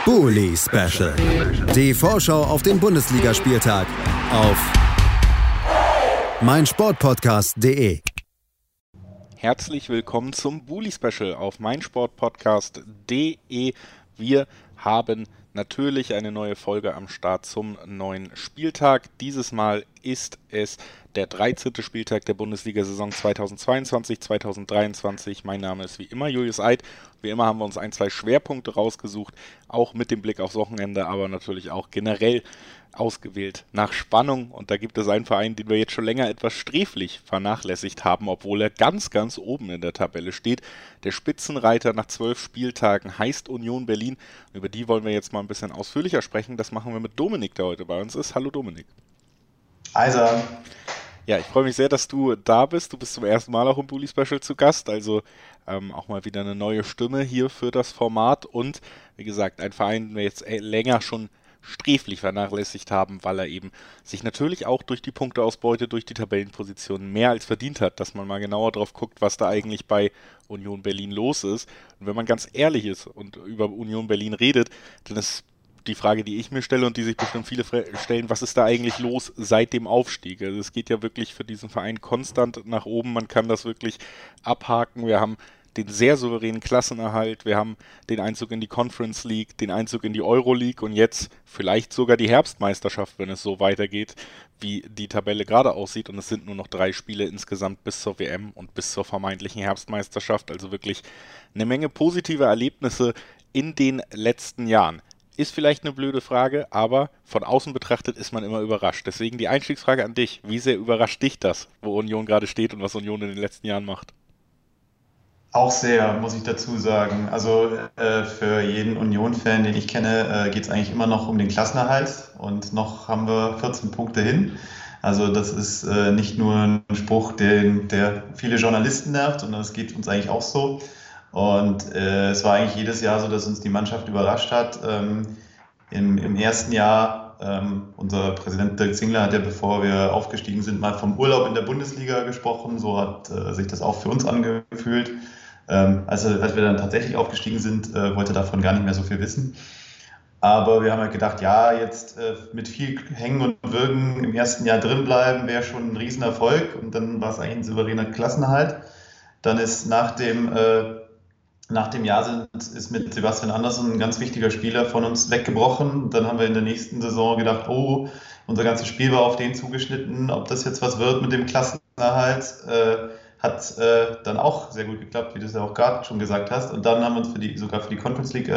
Bully Special. Die Vorschau auf den Bundesligaspieltag auf meinsportpodcast.de. Herzlich willkommen zum Bully Special auf meinsportpodcast.de. Wir haben natürlich eine neue Folge am Start zum neuen Spieltag. Dieses Mal ist es der 13. Spieltag der Bundesliga-Saison 2022-2023. Mein Name ist wie immer Julius Eid. Wie immer haben wir uns ein, zwei Schwerpunkte rausgesucht, auch mit dem Blick aufs Wochenende, aber natürlich auch generell ausgewählt nach Spannung. Und da gibt es einen Verein, den wir jetzt schon länger etwas sträflich vernachlässigt haben, obwohl er ganz, ganz oben in der Tabelle steht. Der Spitzenreiter nach 12 Spieltagen heißt Union Berlin. Über die wollen wir jetzt mal ein bisschen ausführlicher sprechen. Das machen wir mit Dominik, der heute bei uns ist. Hallo Dominik. Eisa. Ja, ich freue mich sehr, dass du da bist. Du bist zum ersten Mal auch im Bully Special zu Gast, also auch mal wieder eine neue Stimme hier für das Format und wie gesagt, ein Verein, den wir jetzt länger schon sträflich vernachlässigt haben, weil er eben sich natürlich auch durch die Punkteausbeute, durch die Tabellenpositionen mehr als verdient hat, dass man mal genauer drauf guckt, was da eigentlich bei Union Berlin los ist. Und wenn man ganz ehrlich ist und über Union Berlin redet, dann ist die Frage, die ich mir stelle und die sich bestimmt viele stellen, was ist da eigentlich los seit dem Aufstieg? Also es geht ja wirklich für diesen Verein konstant nach oben, man kann das wirklich abhaken. Wir haben den sehr souveränen Klassenerhalt, wir haben den Einzug in die Conference League, den Einzug in die Euro League und jetzt vielleicht sogar die Herbstmeisterschaft, wenn es so weitergeht, wie die Tabelle gerade aussieht. Und es sind nur noch 3 Spiele insgesamt bis zur WM und bis zur vermeintlichen Herbstmeisterschaft. Also wirklich eine Menge positive Erlebnisse in den letzten Jahren. Ist vielleicht eine blöde Frage, aber von außen betrachtet ist man immer überrascht. Deswegen die Einstiegsfrage an dich. Wie sehr überrascht dich das, wo Union gerade steht und was Union in den letzten Jahren macht? Auch sehr, muss ich dazu sagen. Also für jeden Union-Fan, den ich kenne, geht es eigentlich immer noch um den Klassenerhalt und noch haben wir 14 Punkte hin. Also das ist nicht nur ein Spruch, der viele Journalisten nervt, sondern es geht uns eigentlich auch so. Und es war eigentlich jedes Jahr so, dass uns die Mannschaft überrascht hat. Im ersten Jahr, unser Präsident Dirk Zingler hat ja, bevor wir aufgestiegen sind, mal vom Urlaub in der Bundesliga gesprochen. So hat sich das auch für uns angefühlt. Als wir dann tatsächlich aufgestiegen sind, wollte davon gar nicht mehr so viel wissen. Aber wir haben halt gedacht, ja, jetzt mit viel Hängen und Würgen im ersten Jahr drin bleiben, wäre schon ein Riesenerfolg. Und dann war es eigentlich ein souveräner Klassenerhalt. Dann ist nach dem Jahr ist mit Sebastian Andersson ein ganz wichtiger Spieler von uns weggebrochen. Dann haben wir in der nächsten Saison gedacht, oh, unser ganzes Spiel war auf den zugeschnitten, ob das jetzt was wird mit dem Klassenerhalt. Hat dann auch sehr gut geklappt, wie du es ja auch gerade schon gesagt hast. Und dann haben wir uns sogar für die Conference League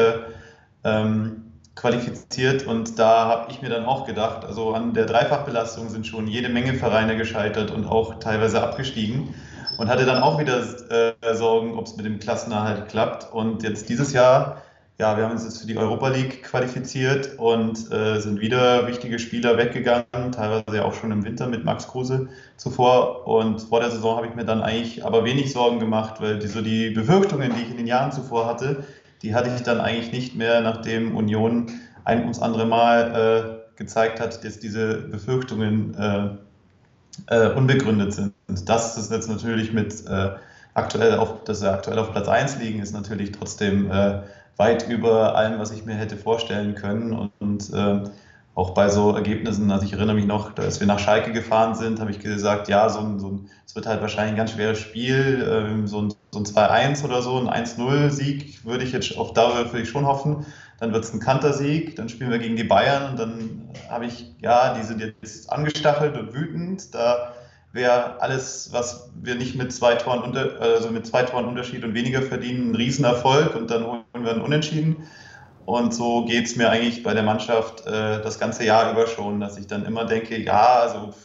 qualifiziert. Und da habe ich mir dann auch gedacht, also an der Dreifachbelastung sind schon jede Menge Vereine gescheitert und auch teilweise abgestiegen. Und hatte dann auch wieder Sorgen, ob es mit dem Klassenerhalt klappt. Und jetzt dieses Jahr, ja, wir haben uns jetzt für die Europa League qualifiziert und sind wieder wichtige Spieler weggegangen, teilweise ja auch schon im Winter mit Max Kruse zuvor. Und vor der Saison habe ich mir dann eigentlich aber wenig Sorgen gemacht, weil die Befürchtungen, die ich in den Jahren zuvor hatte, die hatte ich dann eigentlich nicht mehr, nachdem Union ein ums andere Mal gezeigt hat, dass diese Befürchtungen unbegründet sind. Und das ist jetzt natürlich dass wir aktuell auf Platz 1 liegen, ist natürlich trotzdem weit über allem, was ich mir hätte vorstellen können. Und auch bei so Ergebnissen, also ich erinnere mich noch, als wir nach Schalke gefahren sind, habe ich gesagt, ja, es wird halt wahrscheinlich ein ganz schweres Spiel, so ein 2-1 oder so, ein 1-0-Sieg würde ich jetzt auf Dauer würde ich schon hoffen. Dann wird es ein Kantersieg, dann spielen wir gegen die Bayern und dann habe ich, ja, die sind jetzt angestachelt und wütend. Da wäre alles, was wir nicht mit 2 Toren Unterschied und weniger verdienen, ein Riesenerfolg und dann holen wir einen Unentschieden. Und so geht es mir eigentlich bei der Mannschaft das ganze Jahr über schon, dass ich dann immer denke, ja, also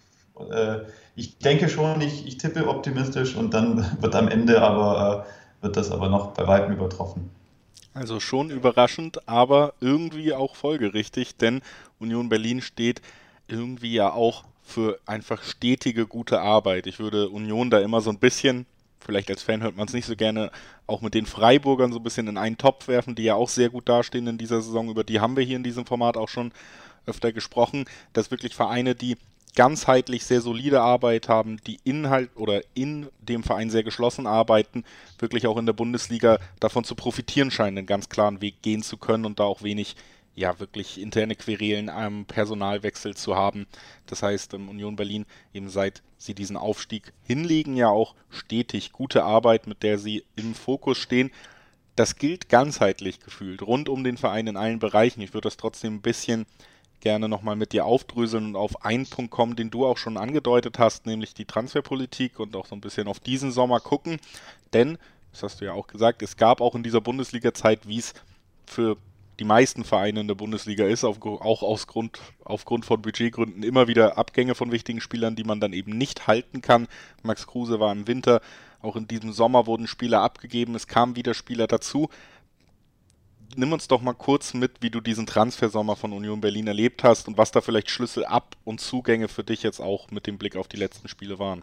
ich denke schon, ich tippe optimistisch und dann wird am Ende wird das aber noch bei weitem übertroffen. Also schon überraschend, aber irgendwie auch folgerichtig, denn Union Berlin steht irgendwie ja auch für einfach stetige, gute Arbeit. Ich würde Union da immer so ein bisschen, vielleicht als Fan hört man es nicht so gerne, auch mit den Freiburgern so ein bisschen in einen Topf werfen, die ja auch sehr gut dastehen in dieser Saison. Über die haben wir hier in diesem Format auch schon öfter gesprochen, dass wirklich Vereine, die ganzheitlich sehr solide Arbeit haben, die in dem Verein sehr geschlossen arbeiten, wirklich auch in der Bundesliga davon zu profitieren scheinen, einen ganz klaren Weg gehen zu können und da auch wenig, ja, wirklich interne Querelen am Personalwechsel zu haben. Das heißt, Union Berlin, eben seit sie diesen Aufstieg hinlegen, ja auch stetig gute Arbeit, mit der sie im Fokus stehen. Das gilt ganzheitlich gefühlt, rund um den Verein in allen Bereichen. Ich würde das trotzdem ein bisschen gerne nochmal mit dir aufdröseln und auf einen Punkt kommen, den du auch schon angedeutet hast, nämlich die Transferpolitik und auch so ein bisschen auf diesen Sommer gucken. Denn, das hast du ja auch gesagt, es gab auch in dieser Bundesliga-Zeit, wie es für die meisten Vereine in der Bundesliga ist, auch aufgrund von Budgetgründen immer wieder Abgänge von wichtigen Spielern, die man dann eben nicht halten kann. Max Kruse war im Winter, auch in diesem Sommer wurden Spieler abgegeben, es kamen wieder Spieler dazu. Nimm uns doch mal kurz mit, wie du diesen Transfersommer von Union Berlin erlebt hast und was da vielleicht Schlüssel ab und Zugänge für dich jetzt auch mit dem Blick auf die letzten Spiele waren.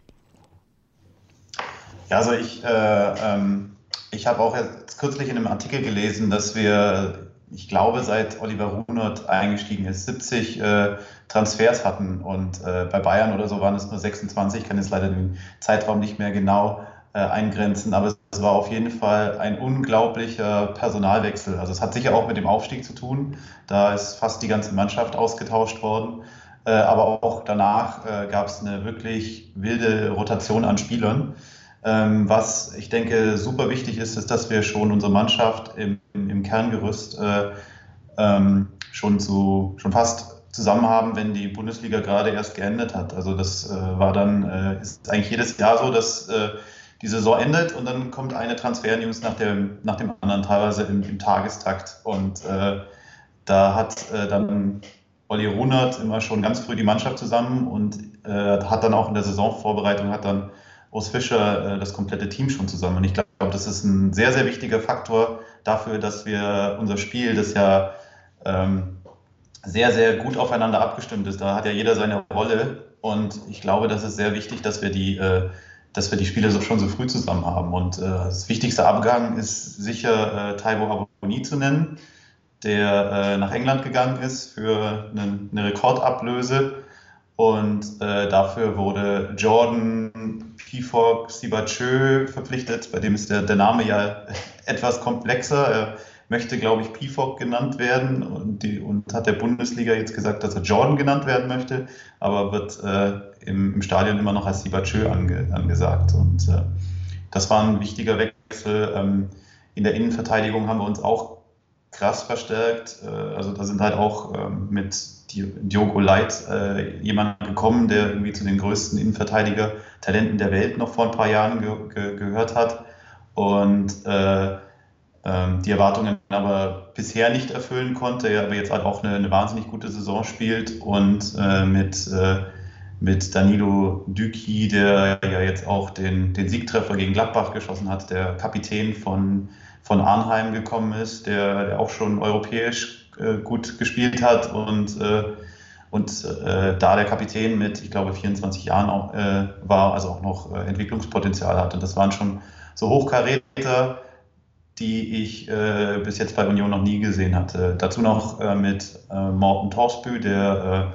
Ja, also ich habe auch jetzt kürzlich in einem Artikel gelesen, dass wir, ich glaube, seit Oliver Runert eingestiegen ist, 70 Transfers hatten und bei Bayern oder so waren es nur 26, ich kann jetzt leider den Zeitraum nicht mehr genau eingrenzen, aber es war auf jeden Fall ein unglaublicher Personalwechsel. Also es hat sicher auch mit dem Aufstieg zu tun, da ist fast die ganze Mannschaft ausgetauscht worden, aber auch danach gab es eine wirklich wilde Rotation an Spielern. Was ich denke super wichtig ist, ist, dass wir schon unsere Mannschaft im Kerngerüst schon fast zusammen haben, wenn die Bundesliga gerade erst geendet hat. Also das war dann, ist eigentlich jedes Jahr so, dass die Saison endet und dann kommt eine Transfer-News nach dem anderen, teilweise im Tagestakt. Und da hat dann Olli Runert immer schon ganz früh die Mannschaft zusammen und hat dann auch in der Saisonvorbereitung, hat dann Urs Fischer das komplette Team schon zusammen. Und ich glaube, das ist ein sehr, sehr wichtiger Faktor dafür, dass wir unser Spiel, das ja sehr, sehr gut aufeinander abgestimmt ist, da hat ja jeder seine Rolle. Und ich glaube, das ist sehr wichtig, dass wir die Spiele schon so früh zusammen haben. Und das wichtigste Abgang ist sicher Taiwo Awoniyi zu nennen, der nach England gegangen ist für eine Rekordablöse. Und dafür wurde Jordan Pefok-Sibachö verpflichtet. Bei dem ist der Name ja etwas komplexer. Er möchte, glaube ich, Pefok genannt werden und hat der Bundesliga jetzt gesagt, dass er Jordan genannt werden möchte, aber wird im Stadion immer noch als Sibachö angesagt. Und das war ein wichtiger Wechsel. In der Innenverteidigung haben wir uns auch krass verstärkt. Also da sind halt auch mit Diogo Leit jemand gekommen, der irgendwie zu den größten Innenverteidiger-Talenten der Welt noch vor ein paar Jahren gehört hat und die Erwartungen aber bisher nicht erfüllen konnte, er aber jetzt halt auch eine wahnsinnig gute Saison spielt und mit Danilo Düki, der ja jetzt auch den Siegtreffer gegen Gladbach geschossen hat, der Kapitän von Arnheim gekommen ist, der auch schon europäisch gut gespielt hat und da der Kapitän mit, ich glaube, 24 Jahren auch war, also auch noch Entwicklungspotenzial hat. Und das waren schon so Hochkaräter, die ich bis jetzt bei Union noch nie gesehen hatte. Dazu noch mit Morten Torsby, der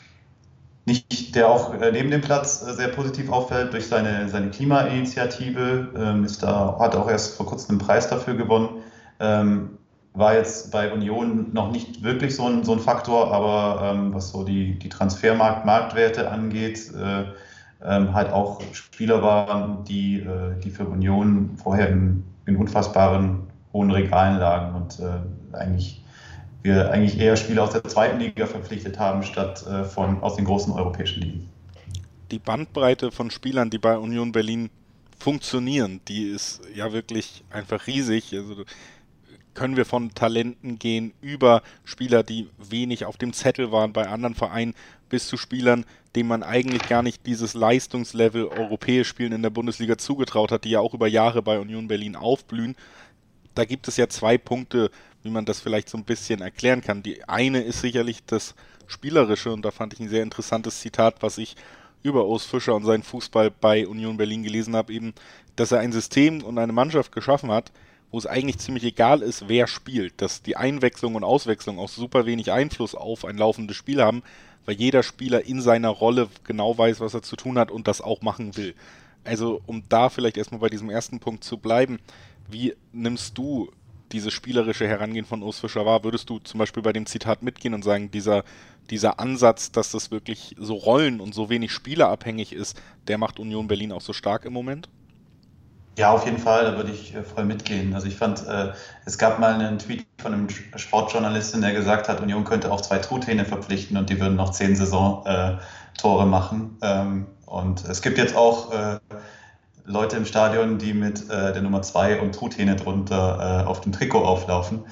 auch neben dem Platz sehr positiv auffällt durch seine Klimainitiative, hat auch erst vor kurzem einen Preis dafür gewonnen. War jetzt bei Union noch nicht wirklich so ein Faktor, aber was so die Transfermarktwerte angeht, halt auch Spieler waren, die für Union vorher in unfassbaren hohen Regalen lagen und wir eigentlich eher Spieler aus der zweiten Liga verpflichtet haben, statt aus den großen europäischen Ligen. Die Bandbreite von Spielern, die bei Union Berlin funktionieren, die ist ja wirklich einfach riesig. Also können wir von Talenten gehen über Spieler, die wenig auf dem Zettel waren bei anderen Vereinen, bis zu Spielern, denen man eigentlich gar nicht dieses Leistungslevel europäisch Spielen in der Bundesliga zugetraut hat, die ja auch über Jahre bei Union Berlin aufblühen. Da gibt es ja zwei Punkte, wie man das vielleicht so ein bisschen erklären kann. Die eine ist sicherlich das Spielerische und da fand ich ein sehr interessantes Zitat, was ich über Urs Fischer und seinen Fußball bei Union Berlin gelesen habe, eben, dass er ein System und eine Mannschaft geschaffen hat, wo es eigentlich ziemlich egal ist, wer spielt, dass die Einwechslung und Auswechslung auch super wenig Einfluss auf ein laufendes Spiel haben, weil jeder Spieler in seiner Rolle genau weiß, was er zu tun hat und das auch machen will. Also um da vielleicht erstmal bei diesem ersten Punkt zu bleiben, wie nimmst du dieses spielerische Herangehen von Urs Fischer wahr? Würdest du zum Beispiel bei dem Zitat mitgehen und sagen, dieser Ansatz, dass das wirklich so rollen- und so wenig spielerabhängig ist, der macht Union Berlin auch so stark im Moment? Ja, auf jeden Fall, da würde ich voll mitgehen. Also ich fand, es gab mal einen Tweet von einem Sportjournalisten, der gesagt hat, Union könnte auch 2 Truthähne verpflichten und die würden noch 10 Saisontore machen. Und es gibt jetzt auch Leute im Stadion, die mit der Nummer 2 und Truthähne drunter auf dem Trikot auflaufen.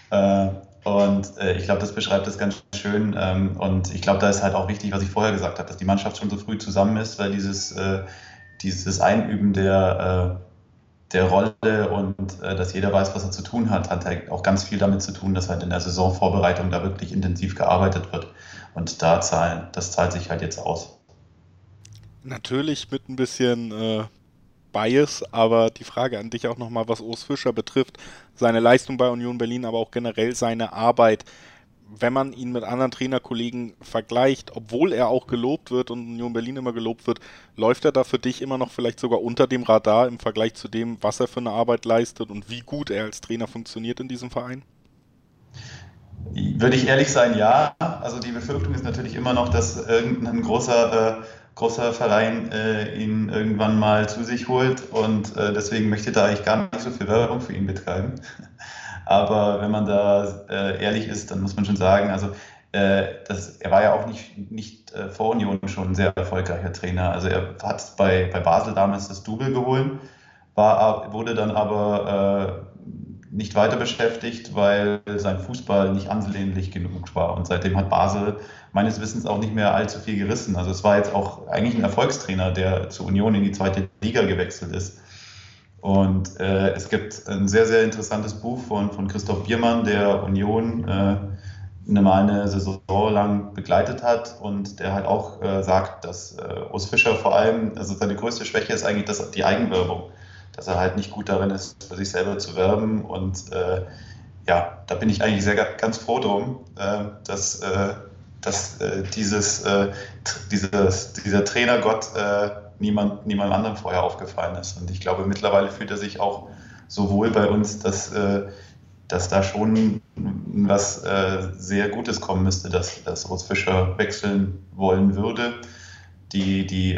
Ich glaube, das beschreibt das ganz schön. Und ich glaube, da ist halt auch wichtig, was ich vorher gesagt habe, dass die Mannschaft schon so früh zusammen ist, weil dieses Einüben der Rolle und dass jeder weiß, was er zu tun hat, hat halt auch ganz viel damit zu tun, dass halt in der Saisonvorbereitung da wirklich intensiv gearbeitet wird. Und das zahlt sich halt jetzt aus. Natürlich mit ein bisschen Bias, aber die Frage an dich auch nochmal, was Urs Fischer betrifft, seine Leistung bei Union Berlin, aber auch generell seine Arbeit, wenn man ihn mit anderen Trainerkollegen vergleicht, obwohl er auch gelobt wird und Union Berlin immer gelobt wird, läuft er da für dich immer noch vielleicht sogar unter dem Radar im Vergleich zu dem, was er für eine Arbeit leistet und wie gut er als Trainer funktioniert in diesem Verein? Würde ich ehrlich sein, ja. Also die Befürchtung ist natürlich immer noch, dass irgendein großer Verein ihn irgendwann mal zu sich holt und deswegen möchte ich da eigentlich gar nicht so viel Werbung für ihn betreiben. Aber wenn man da ehrlich ist, dann muss man schon sagen, also er war ja auch nicht vor Union schon ein sehr erfolgreicher Trainer. Also er hat bei Basel damals das Double geholt, wurde dann aber nicht weiter beschäftigt, weil sein Fußball nicht ansehnlich genug war. Und seitdem hat Basel meines Wissens auch nicht mehr allzu viel gerissen. Also es war jetzt auch eigentlich ein Erfolgstrainer, der zur Union in die 2. Liga gewechselt ist. Und es gibt ein sehr, sehr interessantes Buch von Christoph Biermann, der Union eine Saison lang begleitet hat und der halt auch sagt, dass Urs Fischer vor allem, also seine größte Schwäche ist eigentlich die Eigenwerbung, dass er halt nicht gut darin ist, für sich selber zu werben und ja, da bin ich eigentlich ganz froh drum, dass dieser Trainergott niemand anderem vorher aufgefallen ist. Und ich glaube, mittlerweile fühlt er sich auch so wohl bei uns, dass da schon was sehr Gutes kommen müsste, dass Urs Fischer wechseln wollen würde. Die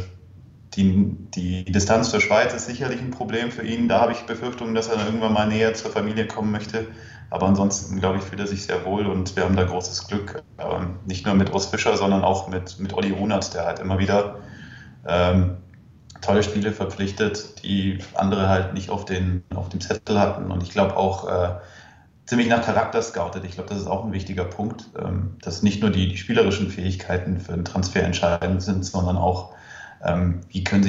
Distanz zur Schweiz ist sicherlich ein Problem für ihn. Da habe ich Befürchtungen, dass er dann irgendwann mal näher zur Familie kommen möchte. Aber ansonsten, glaube ich, fühlt er sich sehr wohl und wir haben da großes Glück. Nicht nur mit Urs Fischer, sondern auch mit Olli Runert, der halt immer wieder tolle Spiele verpflichtet, die andere halt nicht auf dem Zettel hatten. Und ich glaube auch ziemlich nach Charakter scoutet. Ich glaube, das ist auch ein wichtiger Punkt, dass nicht nur die spielerischen Fähigkeiten für einen Transfer entscheidend sind, sondern auch wie kann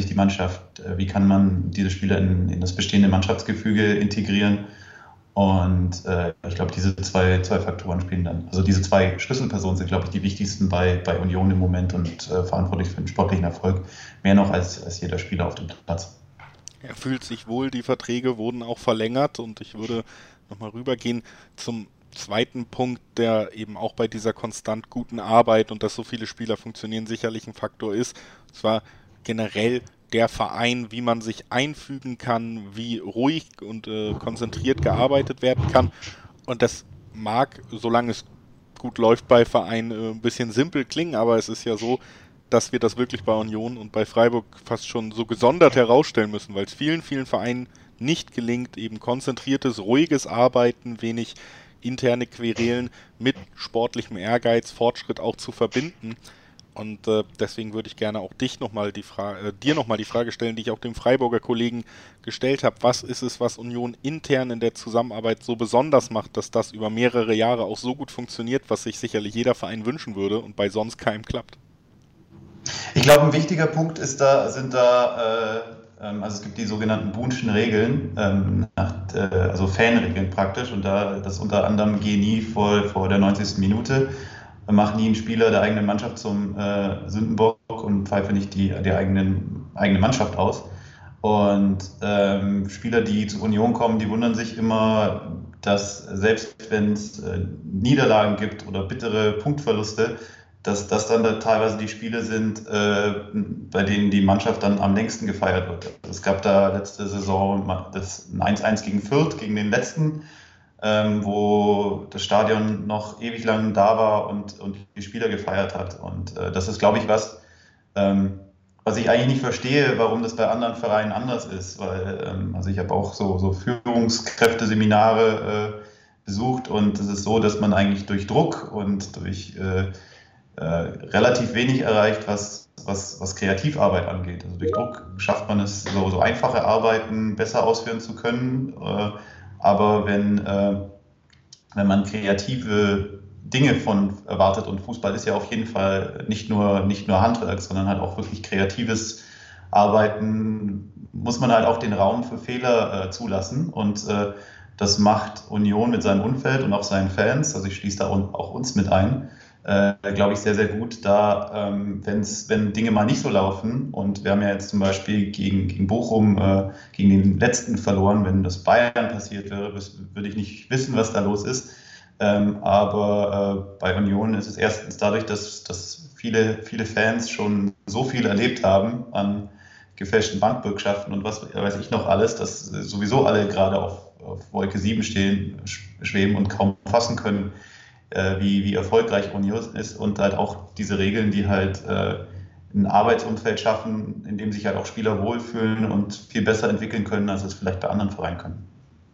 man diese Spieler in das bestehende Mannschaftsgefüge integrieren. Und ich glaube, diese zwei Faktoren spielen dann. Also diese 2 Schlüsselpersonen sind, glaube ich, die wichtigsten bei Union im Moment und verantwortlich für den sportlichen Erfolg. Mehr noch als jeder Spieler auf dem Platz. Er fühlt sich wohl, die Verträge wurden auch verlängert und ich würde nochmal rübergehen zum zweiten Punkt, der eben auch bei dieser konstant guten Arbeit und dass so viele Spieler funktionieren sicherlich ein Faktor ist. Und zwar generell der Verein, wie man sich einfügen kann, wie ruhig und konzentriert gearbeitet werden kann. Und das mag, solange es gut läuft bei Vereinen, ein bisschen simpel klingen, aber es ist ja so, dass wir das wirklich bei Union und bei Freiburg fast schon so gesondert herausstellen müssen, weil es vielen, vielen Vereinen nicht gelingt, eben konzentriertes, ruhiges Arbeiten, wenig interne Querelen mit sportlichem Ehrgeiz, Fortschritt auch zu verbinden. Und deswegen würde ich gerne auch dir nochmal die Frage stellen, die ich auch dem Freiburger Kollegen gestellt habe. Was ist es, was Union intern in der Zusammenarbeit so besonders macht, dass das über mehrere Jahre auch so gut funktioniert, was sich sicherlich jeder Verein wünschen würde und bei sonst keinem klappt? Ich glaube, ein wichtiger Punkt also es gibt die sogenannten Boonschen Regeln, also Fanregeln praktisch, und das unter anderem geh nie vor der 90. Minute. Mach nie einen Spieler der eigenen Mannschaft zum Sündenbock und pfeife nicht die eigene Mannschaft aus. Und Spieler, die zu Union kommen, die wundern sich immer, dass selbst wenn es Niederlagen gibt oder bittere Punktverluste, dass das dann da teilweise die Spiele sind, bei denen die Mannschaft dann am längsten gefeiert wird. Es gab da letzte Saison das 1-1 gegen Fürth, gegen den letzten, wo das Stadion noch ewig lang da war und die Spieler gefeiert hat. Und das ist, glaube ich, was ich eigentlich nicht verstehe, warum das bei anderen Vereinen anders ist. Weil, also ich habe auch so Führungskräfteseminare besucht und es ist so, dass man eigentlich durch Druck und durch relativ wenig erreicht, was Kreativarbeit angeht. Also durch Druck schafft man es, so einfache Arbeiten besser ausführen zu können. Aber wenn man kreative Dinge von erwartet, und Fußball ist ja auf jeden Fall nicht nur Handwerk, sondern halt auch wirklich kreatives Arbeiten, muss man halt auch den Raum für Fehler zulassen. Und das macht Union mit seinem Umfeld und auch seinen Fans, also ich schließe da auch uns mit ein, glaube ich, sehr, sehr gut, da, wenn Dinge mal nicht so laufen, und wir haben ja jetzt zum Beispiel gegen Bochum, gegen den letzten verloren, wenn das Bayern passiert wäre, würde ich nicht wissen, was da los ist. Aber bei Union ist es erstens dadurch, dass viele Fans schon so viel erlebt haben an gefälschten Bankbürgschaften und was weiß ich noch alles, dass sowieso alle gerade auf Wolke 7 schweben und kaum fassen können, wie erfolgreich Union ist, und halt auch diese Regeln, die halt ein Arbeitsumfeld schaffen, in dem sich halt auch Spieler wohlfühlen und viel besser entwickeln können, als es vielleicht bei anderen Vereinen können.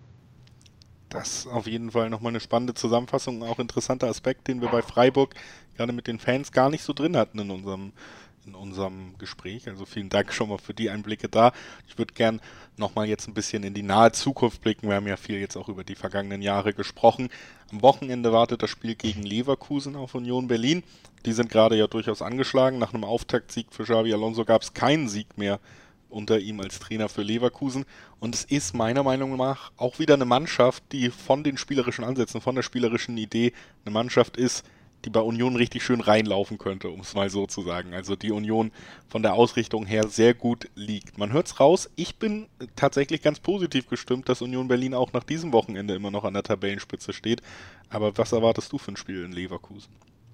Das ist auf jeden Fall nochmal eine spannende Zusammenfassung, auch interessanter Aspekt, den wir bei Freiburg gerade mit den Fans gar nicht so drin hatten in unserem Gespräch. Also vielen Dank schon mal für die Einblicke da. Ich würde gern nochmal jetzt ein bisschen in die nahe Zukunft blicken. Wir haben ja viel jetzt auch über die vergangenen Jahre gesprochen. Am Wochenende wartet das Spiel gegen Leverkusen auf Union Berlin. Die sind gerade ja durchaus angeschlagen. Nach einem Auftaktsieg für Xabi Alonso gab es keinen Sieg mehr unter ihm als Trainer für Leverkusen. Und es ist meiner Meinung nach auch wieder eine Mannschaft, die von den spielerischen Ansätzen, von der spielerischen Idee eine Mannschaft ist, die bei Union richtig schön reinlaufen könnte, um es mal so zu sagen. Also die Union von der Ausrichtung her sehr gut liegt. Man hört es raus, ich bin tatsächlich ganz positiv gestimmt, dass Union Berlin auch nach diesem Wochenende immer noch an der Tabellenspitze steht. Aber was erwartest du für ein Spiel in Leverkusen?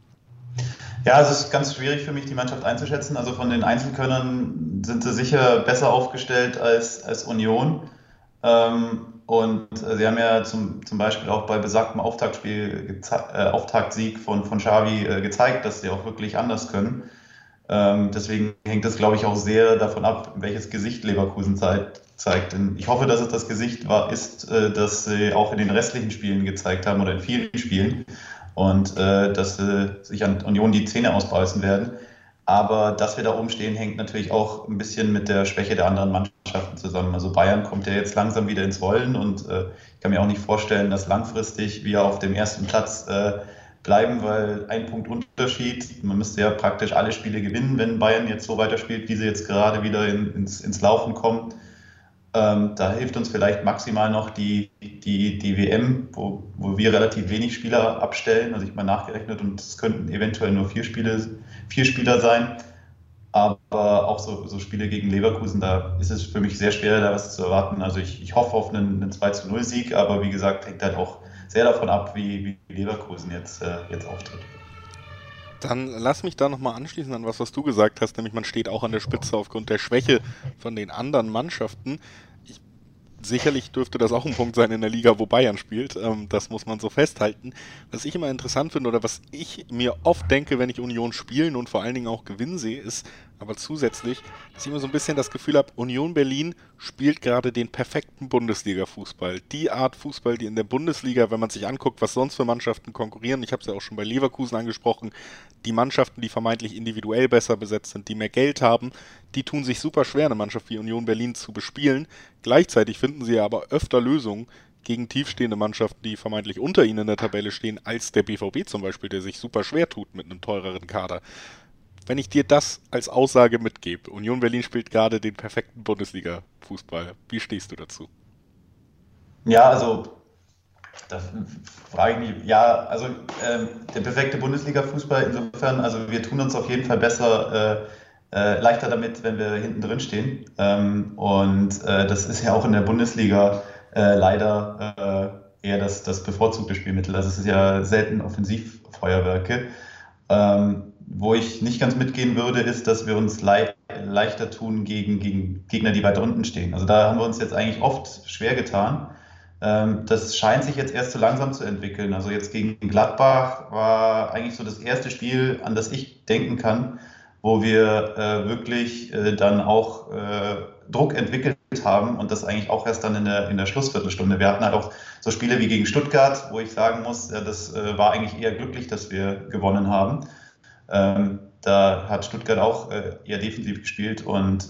Ja, es ist ganz schwierig für mich, die Mannschaft einzuschätzen. Also von den Einzelkönnern sind sie sicher besser aufgestellt als Union. Und sie haben ja zum Beispiel auch bei besagtem Auftaktsieg von Xavi gezeigt, dass sie auch wirklich anders können. Deswegen hängt das, glaube ich, auch sehr davon ab, welches Gesicht Leverkusen zeigt. Denn ich hoffe, dass es das Gesicht ist, das sie auch in den restlichen Spielen gezeigt haben oder in vielen Spielen. Und dass sich an Union die Zähne ausbeißen werden. Aber dass wir da oben stehen, hängt natürlich auch ein bisschen mit der Schwäche der anderen Mannschaften zusammen. Also Bayern kommt ja jetzt langsam wieder ins Rollen, und ich kann mir auch nicht vorstellen, dass langfristig wir auf dem ersten Platz bleiben, weil ein Punkt Unterschied, man müsste ja praktisch alle Spiele gewinnen, wenn Bayern jetzt so weiterspielt, wie sie jetzt gerade wieder ins Laufen kommen. Da hilft uns vielleicht maximal noch die WM, wo wir relativ wenig Spieler abstellen. Also ich habe mal nachgerechnet, und es könnten eventuell nur vier Spieler sein. Aber auch so Spiele gegen Leverkusen, da ist es für mich sehr schwer, da was zu erwarten. Also ich hoffe auf einen 2-0-Sieg, aber wie gesagt, hängt halt auch sehr davon ab, wie Leverkusen jetzt auftritt. Dann lass mich da nochmal anschließen an was du gesagt hast, nämlich man steht auch an der Spitze aufgrund der Schwäche von den anderen Mannschaften. Sicherlich dürfte das auch ein Punkt sein in der Liga, wo Bayern spielt. Das muss man so festhalten. Was ich immer interessant finde oder was ich mir oft denke, wenn ich Union spielen und vor allen Dingen auch gewinnen sehe, ist aber zusätzlich, dass ich immer so ein bisschen das Gefühl habe, Union Berlin spielt gerade den perfekten Bundesliga-Fußball. Die Art Fußball, die in der Bundesliga, wenn man sich anguckt, was sonst für Mannschaften konkurrieren, ich habe es ja auch schon bei Leverkusen angesprochen, die Mannschaften, die vermeintlich individuell besser besetzt sind, die mehr Geld haben, die tun sich super schwer, eine Mannschaft wie Union Berlin zu bespielen. Gleichzeitig finden sie aber öfter Lösungen gegen tiefstehende Mannschaften, die vermeintlich unter ihnen in der Tabelle stehen, als der BVB zum Beispiel, der sich super schwer tut mit einem teureren Kader. Wenn ich dir das als Aussage mitgebe, Union Berlin spielt gerade den perfekten Bundesliga-Fußball, wie stehst du dazu? Ja, also das frage ich mich. Ja, also der perfekte Bundesliga-Fußball insofern, also wir tun uns auf jeden Fall besser leichter damit, wenn wir hinten drin stehen. Das ist ja auch in der Bundesliga leider eher das bevorzugte Spielmittel. Also es ist ja selten Offensivfeuerwerke. Wo ich nicht ganz mitgehen würde, ist, dass wir uns leichter tun gegen Gegner, die weiter unten stehen. Also da haben wir uns jetzt eigentlich oft schwer getan. Das scheint sich jetzt erst so langsam zu entwickeln. Also jetzt gegen Gladbach war eigentlich so das erste Spiel, an das ich denken kann, wo wir wirklich dann auch Druck entwickelt haben und das eigentlich auch erst dann in der Schlussviertelstunde. Wir hatten halt auch so Spiele wie gegen Stuttgart, wo ich sagen muss, das war eigentlich eher glücklich, dass wir gewonnen haben. Da hat Stuttgart auch eher defensiv gespielt und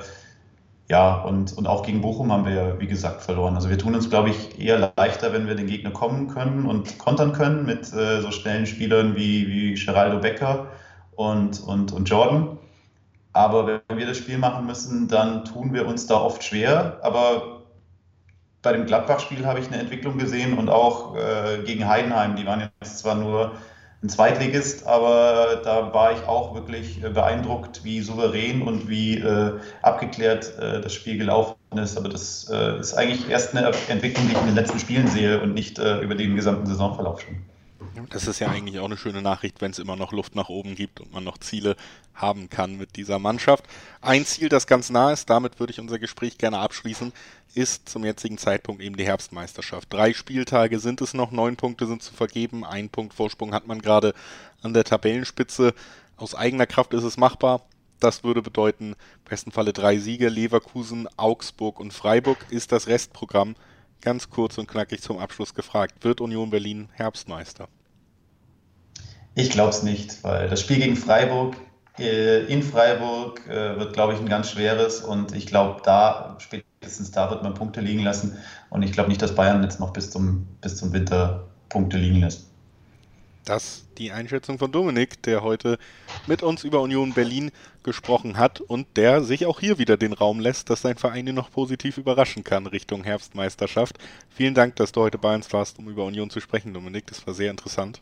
auch gegen Bochum haben wir ja, wie gesagt, verloren. Also wir tun uns, glaube ich, eher leichter, wenn wir den Gegner kommen können und kontern können mit so schnellen Spielern wie Geraldo Becker und Jordan. Aber wenn wir das Spiel machen müssen, dann tun wir uns da oft schwer. Aber bei dem Gladbach-Spiel habe ich eine Entwicklung gesehen und auch gegen Heidenheim. Die waren jetzt zwar nur ein Zweitligist, aber da war ich auch wirklich beeindruckt, wie souverän und wie abgeklärt das Spiel gelaufen ist. Aber das ist eigentlich erst eine Entwicklung, die ich in den letzten Spielen sehe und nicht über den gesamten Saisonverlauf schon. Das ist ja eigentlich auch eine schöne Nachricht, wenn es immer noch Luft nach oben gibt und man noch Ziele haben kann mit dieser Mannschaft. Ein Ziel, das ganz nah ist, damit würde ich unser Gespräch gerne abschließen, ist zum jetzigen Zeitpunkt eben die Herbstmeisterschaft. 3 Spieltage sind es noch, 9 Punkte sind zu vergeben, 1 Punkt Vorsprung hat man gerade an der Tabellenspitze. Aus eigener Kraft ist es machbar. Das würde bedeuten, im besten Falle 3 Siege, Leverkusen, Augsburg und Freiburg ist das Restprogramm. Ganz kurz und knackig zum Abschluss gefragt, wird Union Berlin Herbstmeister? Ich glaube es nicht, weil das Spiel gegen Freiburg in Freiburg wird, glaube ich, ein ganz schweres und ich glaube, spätestens da wird man Punkte liegen lassen und ich glaube nicht, dass Bayern jetzt noch bis zum Winter Punkte liegen lässt. Das die Einschätzung von Dominik, der heute mit uns über Union Berlin gesprochen hat und der sich auch hier wieder den Raum lässt, dass sein Verein ihn noch positiv überraschen kann Richtung Herbstmeisterschaft. Vielen Dank, dass du heute bei uns warst, um über Union zu sprechen, Dominik. Das war sehr interessant.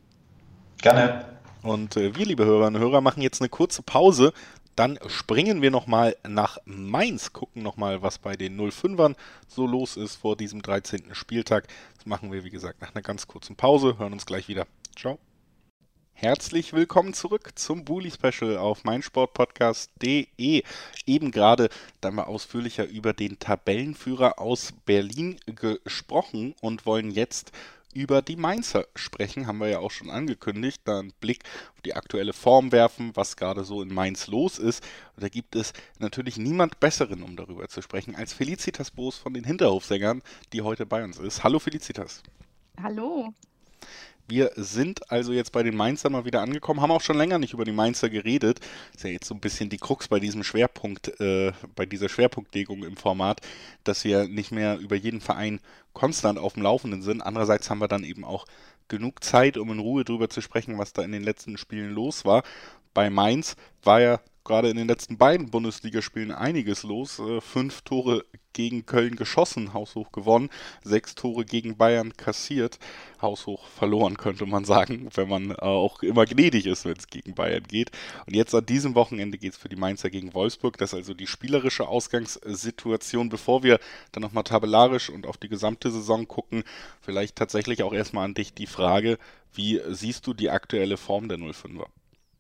Gerne. Und wir, liebe Hörerinnen und Hörer, machen jetzt eine kurze Pause. Dann springen wir nochmal nach Mainz, gucken nochmal, was bei den 05ern so los ist vor diesem 13. Spieltag. Das machen wir, wie gesagt, nach einer ganz kurzen Pause. Hören uns gleich wieder. Ciao. Herzlich willkommen zurück zum Bully Special auf meinsportpodcast.de. Eben gerade dann mal ausführlicher über den Tabellenführer aus Berlin gesprochen und wollen jetzt über die Mainzer sprechen, haben wir ja auch schon angekündigt, da einen Blick auf die aktuelle Form werfen, was gerade so in Mainz los ist. Und da gibt es natürlich niemand Besseren, um darüber zu sprechen, als Felicitas Boos von den Hinterhofsängern, die heute bei uns ist. Hallo Felicitas. Hallo. Wir sind also jetzt bei den Mainzer mal wieder angekommen, haben auch schon länger nicht über die Mainzer geredet. Ist ja jetzt so ein bisschen die Krux bei diesem Schwerpunkt, bei dieser Schwerpunktlegung im Format, dass wir nicht mehr über jeden Verein konstant auf dem Laufenden sind. Andererseits haben wir dann eben auch genug Zeit, um in Ruhe drüber zu sprechen, was da in den letzten Spielen los war. Bei Mainz war ja gerade in den letzten beiden Bundesligaspielen einiges los. 5 Tore gegen Köln geschossen, haushoch gewonnen. 6 Tore gegen Bayern kassiert, haushoch verloren, könnte man sagen, wenn man auch immer gnädig ist, wenn es gegen Bayern geht. Und jetzt an diesem Wochenende geht es für die Mainzer gegen Wolfsburg. Das ist also die spielerische Ausgangssituation. Bevor wir dann nochmal tabellarisch und auf die gesamte Saison gucken, vielleicht tatsächlich auch erstmal an dich die Frage, wie siehst du die aktuelle Form der 05er?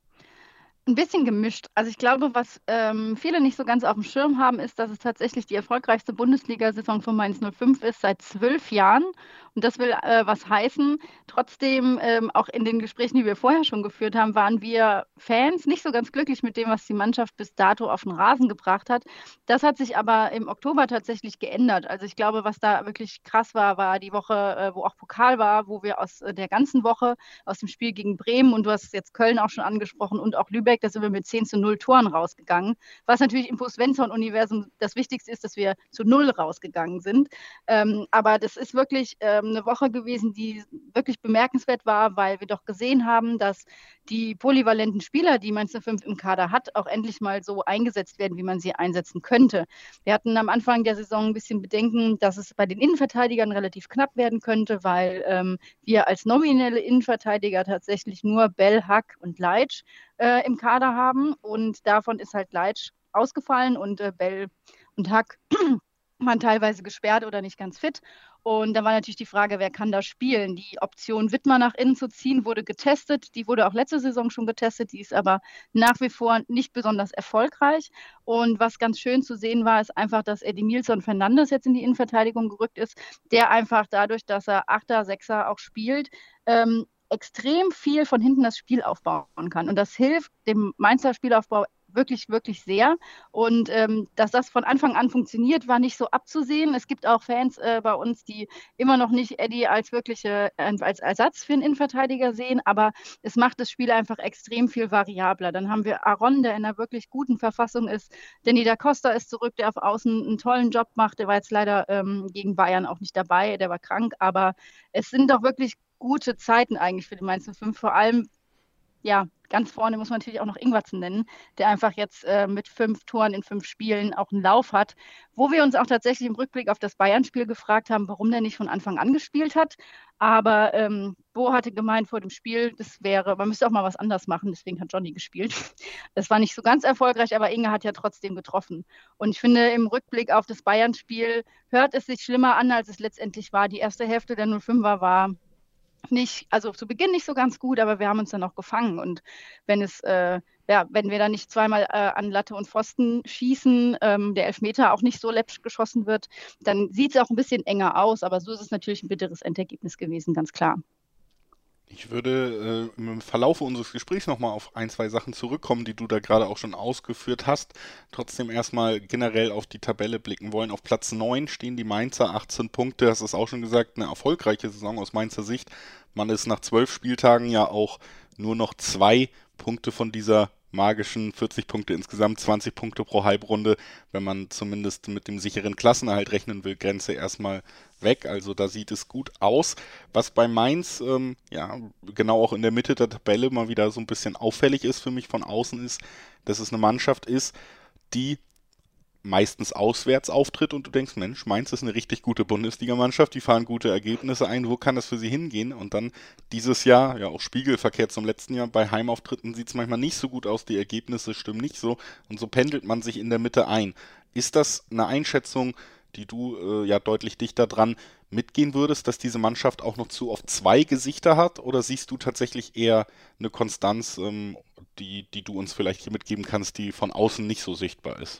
Ein bisschen gemischt. Also ich glaube, was viele nicht so ganz auf dem Schirm haben, ist, dass es tatsächlich die erfolgreichste Bundesliga-Saison von Mainz 05 ist seit 12 Jahren. Und das will was heißen. Trotzdem, auch in den Gesprächen, die wir vorher schon geführt haben, waren wir Fans nicht so ganz glücklich mit dem, was die Mannschaft bis dato auf den Rasen gebracht hat. Das hat sich aber im Oktober tatsächlich geändert. Also ich glaube, was da wirklich krass war, war die Woche, wo auch Pokal war, wo wir aus der ganzen Woche, aus dem Spiel gegen Bremen, und du hast jetzt Köln auch schon angesprochen und auch Lübeck, da sind wir mit 10:0 Toren rausgegangen. Was natürlich im Post-Svensson-Universum das Wichtigste ist, dass wir zu 0 rausgegangen sind. Aber das ist wirklich eine Woche gewesen, die wirklich bemerkenswert war, weil wir doch gesehen haben, dass die polyvalenten Spieler, die Mainz 05 im Kader hat, auch endlich mal so eingesetzt werden, wie man sie einsetzen könnte. Wir hatten am Anfang der Saison ein bisschen Bedenken, dass es bei den Innenverteidigern relativ knapp werden könnte, weil wir als nominelle Innenverteidiger tatsächlich nur Bell, Hack und Leitsch im Kader haben. Und davon ist halt Leitsch ausgefallen und Bell und Hack waren teilweise gesperrt oder nicht ganz fit. Und da war natürlich die Frage, wer kann da spielen? Die Option, Wittmer nach innen zu ziehen, wurde getestet. Die wurde auch letzte Saison schon getestet. Die ist aber nach wie vor nicht besonders erfolgreich. Und was ganz schön zu sehen war, ist einfach, dass Edimilson Fernandes jetzt in die Innenverteidigung gerückt ist, der einfach dadurch, dass er Achter, Sechser auch spielt, extrem viel von hinten das Spiel aufbauen kann. Und das hilft dem Mainzer Spielaufbau wirklich, wirklich sehr. Und dass das von Anfang an funktioniert, war nicht so abzusehen. Es gibt auch Fans bei uns, die immer noch nicht Eddie als als Ersatz für einen Innenverteidiger sehen, aber es macht das Spiel einfach extrem viel variabler. Dann haben wir Aaron, der in einer wirklich guten Verfassung ist. Danny da Costa ist zurück, der auf Außen einen tollen Job macht. Der war jetzt leider gegen Bayern auch nicht dabei, der war krank, aber es sind doch wirklich gute Zeiten eigentlich für die Mainz 05, vor allem ja, ganz vorne muss man natürlich auch noch Ingwertsen nennen, der einfach jetzt mit 5 Toren in 5 Spielen auch einen Lauf hat, wo wir uns auch tatsächlich im Rückblick auf das Bayern-Spiel gefragt haben, warum der nicht von Anfang an gespielt hat. Aber Bo hatte gemeint vor dem Spiel, man müsste auch mal was anders machen, deswegen hat Johnny gespielt. Das war nicht so ganz erfolgreich, aber Inge hat ja trotzdem getroffen. Und ich finde, im Rückblick auf das Bayern-Spiel hört es sich schlimmer an, als es letztendlich war. Die erste Hälfte der 05er war nicht, also zu Beginn nicht so ganz gut, aber wir haben uns dann auch gefangen. Und wenn wir dann nicht zweimal an Latte und Pfosten schießen, der Elfmeter auch nicht so läppisch geschossen wird, dann sieht es auch ein bisschen enger aus. Aber so ist es natürlich ein bitteres Endergebnis gewesen, ganz klar. Ich würde im Verlauf unseres Gesprächs nochmal auf ein, zwei Sachen zurückkommen, die du da gerade auch schon ausgeführt hast. Trotzdem erstmal generell auf die Tabelle blicken wollen. Auf Platz 9 stehen die Mainzer, 18 Punkte. Das ist auch schon gesagt, eine erfolgreiche Saison aus Mainzer Sicht. Man ist nach 12 Spieltagen ja auch nur noch 2 Punkte von dieser magischen 40 Punkte insgesamt, 20 Punkte pro Halbrunde, wenn man zumindest mit dem sicheren Klassenerhalt rechnen will, Grenze erstmal weg. Also da sieht es gut aus. Was bei Mainz, genau auch in der Mitte der Tabelle mal wieder so ein bisschen auffällig ist für mich von außen ist, dass es eine Mannschaft ist, die meistens auswärts auftritt und du denkst, Mensch, Mainz ist eine richtig gute Bundesligamannschaft, die fahren gute Ergebnisse ein, wo kann das für sie hingehen? Und dann dieses Jahr, ja auch spiegelverkehrt zum letzten Jahr, bei Heimauftritten sieht es manchmal nicht so gut aus, die Ergebnisse stimmen nicht so und so pendelt man sich in der Mitte ein. Ist das eine Einschätzung, die du deutlich dichter dran mitgehen würdest, dass diese Mannschaft auch noch zu oft 2 Gesichter hat oder siehst du tatsächlich eher eine Konstanz, die du uns vielleicht hier mitgeben kannst, die von außen nicht so sichtbar ist?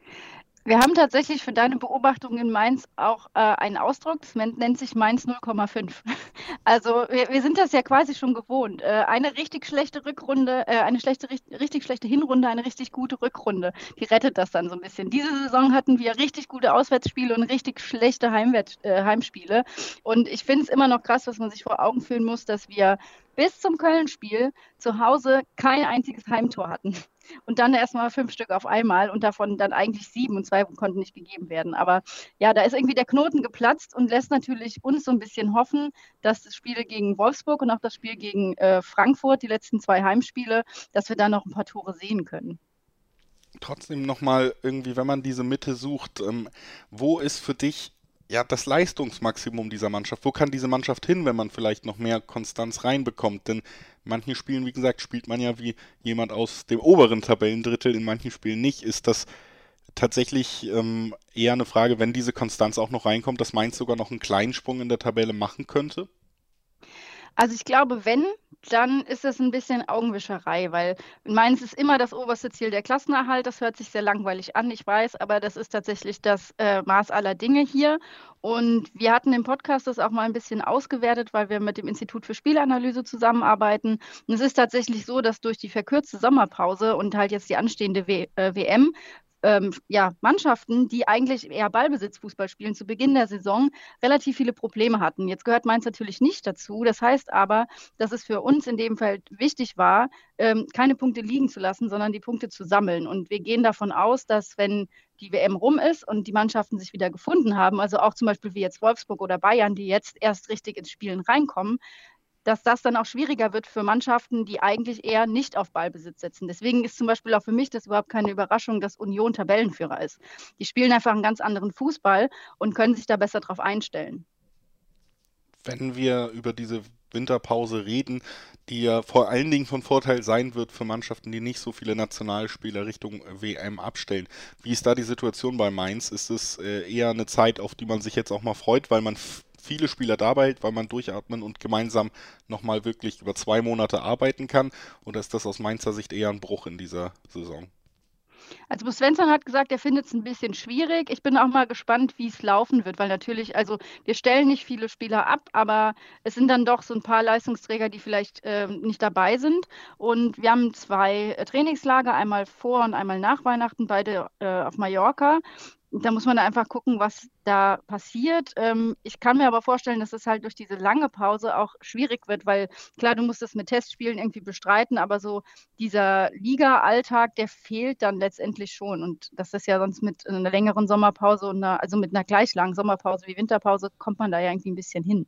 Wir haben tatsächlich für deine Beobachtung in Mainz auch einen Ausdruck, das nennt sich Mainz 0,5. Also wir sind das ja quasi schon gewohnt. Eine richtig schlechte Rückrunde, richtig schlechte Hinrunde, eine richtig gute Rückrunde. Die rettet das dann so ein bisschen. Diese Saison hatten wir richtig gute Auswärtsspiele und richtig schlechte Heimspiele. Und ich finde es immer noch krass, was man sich vor Augen führen muss, dass wir bis zum Köln-Spiel zu Hause kein einziges Heimtor hatten. Und dann erstmal 5 Stück auf einmal und davon dann eigentlich 7 und 2 konnten nicht gegeben werden. Aber ja, da ist irgendwie der Knoten geplatzt und lässt natürlich uns so ein bisschen hoffen, dass das Spiel gegen Wolfsburg und auch das Spiel gegen Frankfurt, die letzten 2 Heimspiele, dass wir da noch ein paar Tore sehen können. Trotzdem nochmal irgendwie, wenn man diese Mitte sucht, wo ist für dich das Leistungsmaximum dieser Mannschaft? Wo kann diese Mannschaft hin, wenn man vielleicht noch mehr Konstanz reinbekommt? Denn in manchen Spielen, wie gesagt, spielt man ja wie jemand aus dem oberen Tabellendrittel, in manchen Spielen nicht. Ist das tatsächlich eher eine Frage, wenn diese Konstanz auch noch reinkommt, dass Mainz sogar noch einen kleinen Sprung in der Tabelle machen könnte? Also ich glaube, dann ist es ein bisschen Augenwischerei, weil Mainz ist immer das oberste Ziel der Klassenerhalt. Das hört sich sehr langweilig an, ich weiß, aber das ist tatsächlich das Maß aller Dinge hier. Und wir hatten im Podcast das auch mal ein bisschen ausgewertet, weil wir mit dem Institut für Spielanalyse zusammenarbeiten. Und es ist tatsächlich so, dass durch die verkürzte Sommerpause und halt jetzt die anstehende WM Mannschaften, die eigentlich eher Ballbesitzfußball spielen, zu Beginn der Saison relativ viele Probleme hatten. Jetzt gehört Mainz natürlich nicht dazu. Das heißt aber, dass es für uns in dem Fall wichtig war, keine Punkte liegen zu lassen, sondern die Punkte zu sammeln. Und wir gehen davon aus, dass wenn die WM rum ist und die Mannschaften sich wieder gefunden haben, also auch zum Beispiel wie jetzt Wolfsburg oder Bayern, die jetzt erst richtig ins Spielen reinkommen, dass das dann auch schwieriger wird für Mannschaften, die eigentlich eher nicht auf Ballbesitz setzen. Deswegen ist zum Beispiel auch für mich das überhaupt keine Überraschung, dass Union Tabellenführer ist. Die spielen einfach einen ganz anderen Fußball und können sich da besser drauf einstellen. Wenn wir über diese Winterpause reden, die ja vor allen Dingen von Vorteil sein wird für Mannschaften, die nicht so viele Nationalspieler Richtung WM abstellen. Wie ist da die Situation bei Mainz? Ist es eher eine Zeit, auf die man sich jetzt auch mal freut, weil man viele Spieler dabei hat, weil man durchatmen und gemeinsam nochmal wirklich über 2 Monate arbeiten kann? Oder ist das aus Mainzer Sicht eher ein Bruch in dieser Saison? Also Bo Svensson hat gesagt, er findet es ein bisschen schwierig. Ich bin auch mal gespannt, wie es laufen wird, weil natürlich, also wir stellen nicht viele Spieler ab, aber es sind dann doch so ein paar Leistungsträger, die vielleicht nicht dabei sind. Und wir haben zwei Trainingslager, einmal vor und einmal nach Weihnachten, beide auf Mallorca. Da muss man da einfach gucken, was da passiert. Ich kann mir aber vorstellen, dass es halt durch diese lange Pause auch schwierig wird, weil klar, du musst es mit Testspielen irgendwie bestreiten, aber so dieser Liga-Alltag, der fehlt dann letztendlich schon. Und das ist ja sonst mit einer längeren Sommerpause und also mit einer gleich langen Sommerpause wie Winterpause, kommt man da ja irgendwie ein bisschen hin.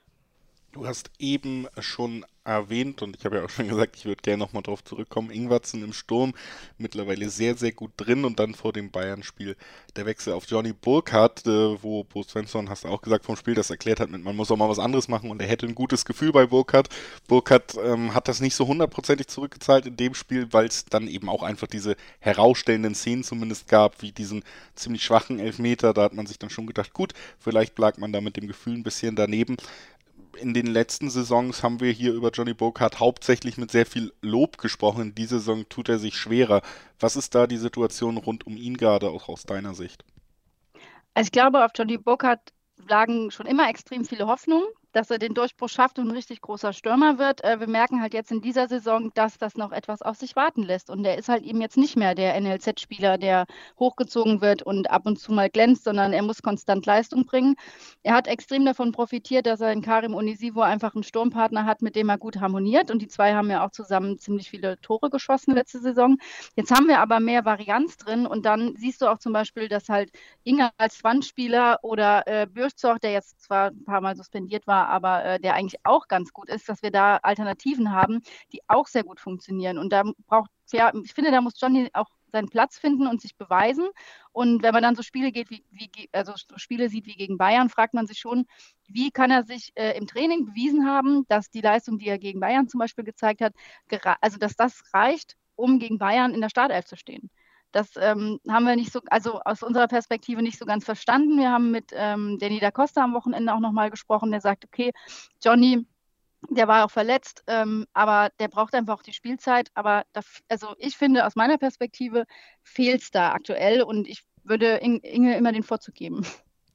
Du hast eben schon erwähnt, und ich habe ja auch schon gesagt, ich würde gerne nochmal drauf zurückkommen, Ingwertsen im Sturm mittlerweile sehr, sehr gut drin und dann vor dem Bayern-Spiel der Wechsel auf Johnny Burkhardt, wo Bo Svensson, hast du auch gesagt, vom Spiel das erklärt hat, mit man muss auch mal was anderes machen und er hätte ein gutes Gefühl bei Burkhardt. Burkhardt hat das nicht so hundertprozentig zurückgezahlt in dem Spiel, weil es dann eben auch einfach diese herausstellenden Szenen zumindest gab, wie diesen ziemlich schwachen Elfmeter, da hat man sich dann schon gedacht, gut, vielleicht lag man da mit dem Gefühl ein bisschen daneben. In den letzten Saisons haben wir hier über Johnny Burkhardt hauptsächlich mit sehr viel Lob gesprochen. In dieser Saison tut er sich schwerer. Was ist da die Situation rund um ihn gerade auch aus deiner Sicht? Also ich glaube, auf Johnny Burkhardt lagen schon immer extrem viele Hoffnungen, dass er den Durchbruch schafft und ein richtig großer Stürmer wird. Wir merken halt jetzt in dieser Saison, dass das noch etwas auf sich warten lässt. Und er ist halt eben jetzt nicht mehr der NLZ-Spieler, der hochgezogen wird und ab und zu mal glänzt, sondern er muss konstant Leistung bringen. Er hat extrem davon profitiert, dass er in Karim Onisivo einfach einen Sturmpartner hat, mit dem er gut harmoniert. Und die zwei haben ja auch zusammen ziemlich viele Tore geschossen letzte Saison. Jetzt haben wir aber mehr Varianz drin und dann siehst du auch zum Beispiel, dass halt Inge als Wandspieler oder Bürzoch, der jetzt zwar ein paar Mal suspendiert war, aber der eigentlich auch ganz gut ist, dass wir da Alternativen haben, die auch sehr gut funktionieren. Und da ja, ich finde, da muss Johnny auch seinen Platz finden und sich beweisen. Und wenn man dann so Spiele also so Spiele sieht wie gegen Bayern, fragt man sich schon, wie kann er sich im Training bewiesen haben, dass die Leistung, die er gegen Bayern zum Beispiel gezeigt hat, also dass das reicht, um gegen Bayern in der Startelf zu stehen. Das haben wir nicht so, also aus unserer Perspektive nicht so ganz verstanden. Wir haben mit Danny da Costa am Wochenende auch nochmal gesprochen. Der sagt, okay, Johnny, der war auch verletzt, aber der braucht einfach auch die Spielzeit. Aber also ich finde, aus meiner Perspektive fehlt es da aktuell und ich würde Inge immer den Vorzug geben.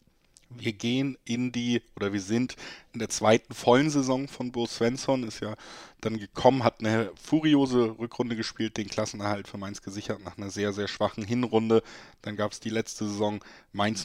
Wir gehen oder wir sind in der zweiten vollen Saison von Bo Svensson, ist ja dann gekommen, hat eine furiose Rückrunde gespielt, den Klassenerhalt für Mainz gesichert nach einer sehr, sehr schwachen Hinrunde. Dann gab es die letzte Saison Mainz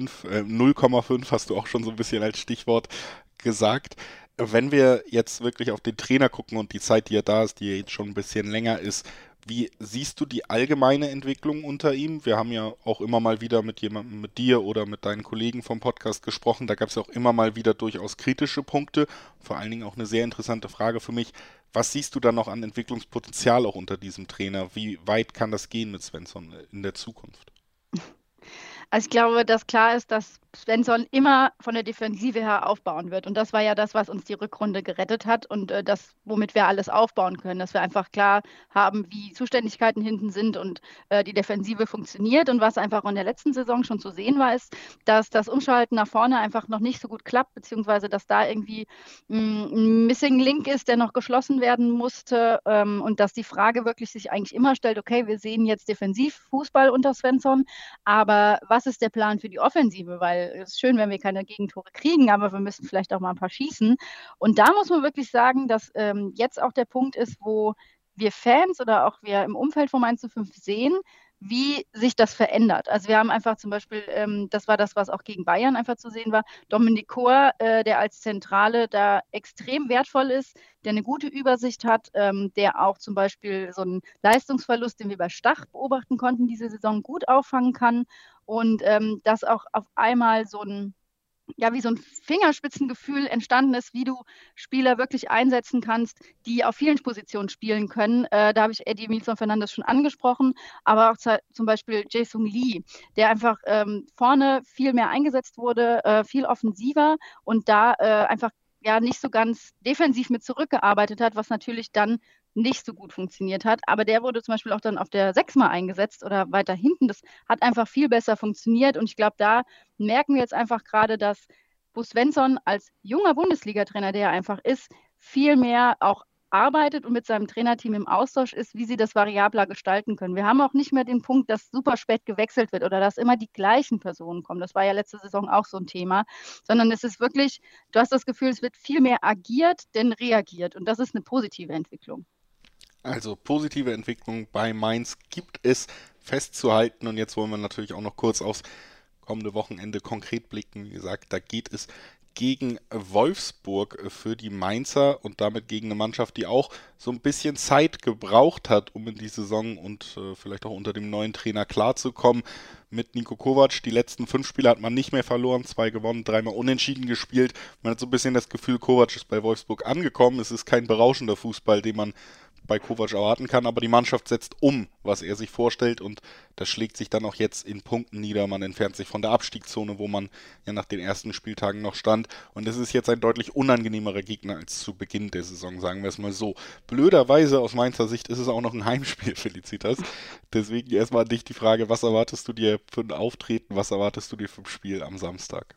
0,5 hast du auch schon so ein bisschen als Stichwort gesagt. Wenn wir jetzt wirklich auf den Trainer gucken und die Zeit, die er da ist, die jetzt schon ein bisschen länger ist, wie siehst du die allgemeine Entwicklung unter ihm? Wir haben ja auch immer mal wieder mit jemandem, mit dir oder mit deinen Kollegen vom Podcast gesprochen. Da gab es ja auch immer mal wieder durchaus kritische Punkte. Vor allen Dingen auch eine sehr interessante Frage für mich. Was siehst du da noch an Entwicklungspotenzial auch unter diesem Trainer? Wie weit kann das gehen mit Svensson in der Zukunft? Also ich glaube, dass klar ist, dass Svensson immer von der Defensive her aufbauen wird. Und das war ja das, was uns die Rückrunde gerettet hat und das, womit wir alles aufbauen können, dass wir einfach klar haben, wie Zuständigkeiten hinten sind und die Defensive funktioniert. Und was einfach in der letzten Saison schon zu sehen war, ist, dass das Umschalten nach vorne einfach noch nicht so gut klappt, beziehungsweise dass da irgendwie ein Missing Link ist, der noch geschlossen werden musste und dass die Frage wirklich sich eigentlich immer stellt, okay, wir sehen jetzt Defensivfußball unter Svensson, aber was ist der Plan für die Offensive? Weil es ist schön, wenn wir keine Gegentore kriegen, aber wir müssen vielleicht auch mal ein paar schießen. Und da muss man wirklich sagen, dass jetzt auch der Punkt ist, wo wir Fans oder auch wir im Umfeld von Mainz 05 sehen, wie sich das verändert. Also wir haben einfach zum Beispiel, das war das, was auch gegen Bayern einfach zu sehen war, Dominik Kor, der als Zentrale da extrem wertvoll ist, der eine gute Übersicht hat, der auch zum Beispiel so einen Leistungsverlust, den wir bei Stach beobachten konnten, diese Saison gut auffangen kann und dass auch auf einmal wie so ein Fingerspitzengefühl entstanden ist, wie du Spieler wirklich einsetzen kannst, die auf vielen Positionen spielen können. Da habe ich Eddie Milson Fernandes schon angesprochen, aber auch zum Beispiel Jae-Sung Lee, der einfach vorne viel mehr eingesetzt wurde, viel offensiver und da einfach ja nicht so ganz defensiv mit zurückgearbeitet hat, was natürlich dann nicht so gut funktioniert hat. Aber der wurde zum Beispiel auch dann auf der 6 mal eingesetzt oder weiter hinten. Das hat einfach viel besser funktioniert. Und ich glaube, da merken wir jetzt einfach gerade, dass Bo Svensson als junger Bundesliga-Trainer, der er einfach ist, viel mehr auch arbeitet und mit seinem Trainerteam im Austausch ist, wie sie das variabler gestalten können. Wir haben auch nicht mehr den Punkt, dass super spät gewechselt wird oder dass immer die gleichen Personen kommen. Das war ja letzte Saison auch so ein Thema, sondern es ist wirklich, du hast das Gefühl, es wird viel mehr agiert, denn reagiert. Und das ist eine positive Entwicklung. Also positive Entwicklung bei Mainz gibt es festzuhalten. Und jetzt wollen wir natürlich auch noch kurz aufs kommende Wochenende konkret blicken. Wie gesagt, da geht es gegen Wolfsburg für die Mainzer und damit gegen eine Mannschaft, die auch so ein bisschen Zeit gebraucht hat, um in die Saison und vielleicht auch unter dem neuen Trainer klarzukommen. Mit Niko Kovac, die letzten 5 Spiele hat man nicht mehr verloren, 2 gewonnen, 3-mal unentschieden gespielt. Man hat so ein bisschen das Gefühl, Kovac ist bei Wolfsburg angekommen. Es ist kein berauschender Fußball, den man bei Kovac erwarten kann, aber die Mannschaft setzt um, was er sich vorstellt, und das schlägt sich dann auch jetzt in Punkten nieder. Man entfernt sich von der Abstiegszone, wo man ja nach den ersten Spieltagen noch stand, und es ist jetzt ein deutlich unangenehmerer Gegner als zu Beginn der Saison, sagen wir es mal so. Blöderweise aus Mainzer Sicht ist es auch noch ein Heimspiel, Felicitas. Deswegen erstmal an dich die Frage, was erwartest du dir für ein Auftreten, was erwartest du dir vom Spiel am Samstag?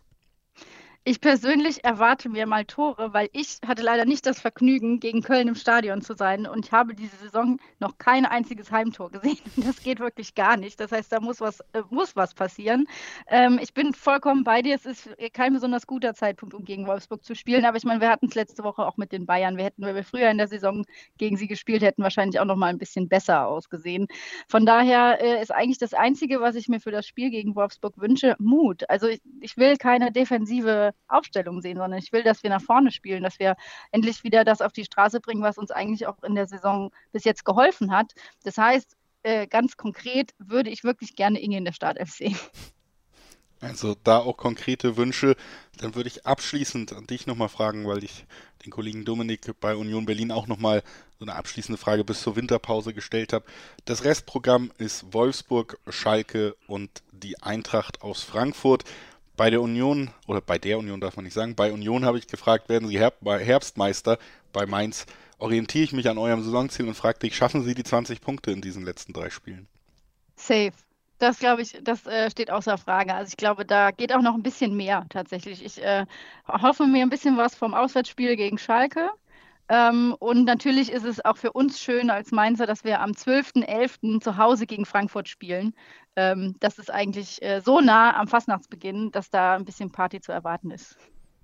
Ich persönlich erwarte mir mal Tore, weil ich hatte leider nicht das Vergnügen, gegen Köln im Stadion zu sein, und ich habe diese Saison noch kein einziges Heimtor gesehen. Das geht wirklich gar nicht. Das heißt, da muss was passieren. Ich bin vollkommen bei dir. Es ist kein besonders guter Zeitpunkt, um gegen Wolfsburg zu spielen. Aber ich meine, wir hatten es letzte Woche auch mit den Bayern. Wenn wir früher in der Saison gegen sie gespielt hätten, wahrscheinlich auch noch mal ein bisschen besser ausgesehen. Von daher ist eigentlich das Einzige, was ich mir für das Spiel gegen Wolfsburg wünsche, Mut. Also ich will keine defensive Aufstellung sehen, sondern ich will, dass wir nach vorne spielen, dass wir endlich wieder das auf die Straße bringen, was uns eigentlich auch in der Saison bis jetzt geholfen hat. Das heißt, ganz konkret würde ich wirklich gerne Inge in der Startelf sehen. Also da auch konkrete Wünsche. Dann würde ich abschließend an dich nochmal fragen, weil ich den Kollegen Dominik bei Union Berlin auch nochmal so eine abschließende Frage bis zur Winterpause gestellt habe. Das Restprogramm ist Wolfsburg, Schalke und die Eintracht aus Frankfurt. Bei der Union darf man nicht sagen, bei Union habe ich gefragt, werden Sie Herbstmeister? Bei Mainz orientiere ich mich an eurem Saisonziel und frage dich, schaffen Sie die 20 Punkte in diesen letzten 3 Spielen? Safe. Das glaube ich, das steht außer Frage. Also ich glaube, da geht auch noch ein bisschen mehr tatsächlich. Ich hoffe mir ein bisschen was vom Auswärtsspiel gegen Schalke. Und natürlich ist es auch für uns schön als Mainzer, dass wir am 12.11. zu Hause gegen Frankfurt spielen. Das ist eigentlich so nah am Fastnachtsbeginn, dass da ein bisschen Party zu erwarten ist.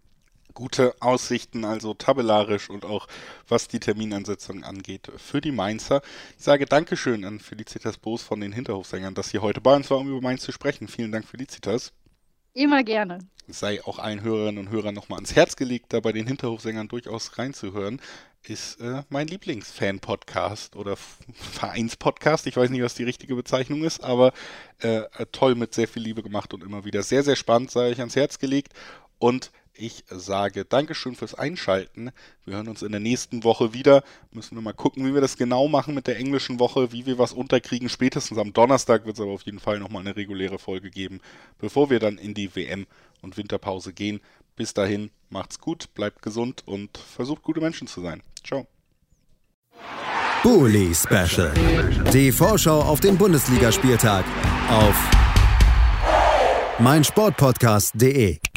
Gute Aussichten, also tabellarisch und auch was die Terminansetzung angeht für die Mainzer. Ich sage Dankeschön an Felicitas Boos von den Hinterhofsängern, dass sie heute bei uns war, um über Mainz zu sprechen. Vielen Dank, Felicitas. Immer gerne. Es sei auch allen Hörerinnen und Hörern nochmal ans Herz gelegt, da bei den Hinterhofsängern durchaus reinzuhören, ist mein Lieblingsfan-Podcast oder Vereinspodcast. Ich weiß nicht, was die richtige Bezeichnung ist, aber toll, mit sehr viel Liebe gemacht und immer wieder sehr, sehr spannend, sei euch ans Herz gelegt. Und ich sage Dankeschön fürs Einschalten. Wir hören uns in der nächsten Woche wieder. Müssen wir mal gucken, wie wir das genau machen mit der englischen Woche, wie wir was unterkriegen. Spätestens am Donnerstag wird es aber auf jeden Fall nochmal eine reguläre Folge geben, bevor wir dann in die WM- und Winterpause gehen. Bis dahin, macht's gut, bleibt gesund und versucht, gute Menschen zu sein. Ciao. Bully Special. Die Vorschau auf den Bundesligaspieltag auf meinsportpodcast.de.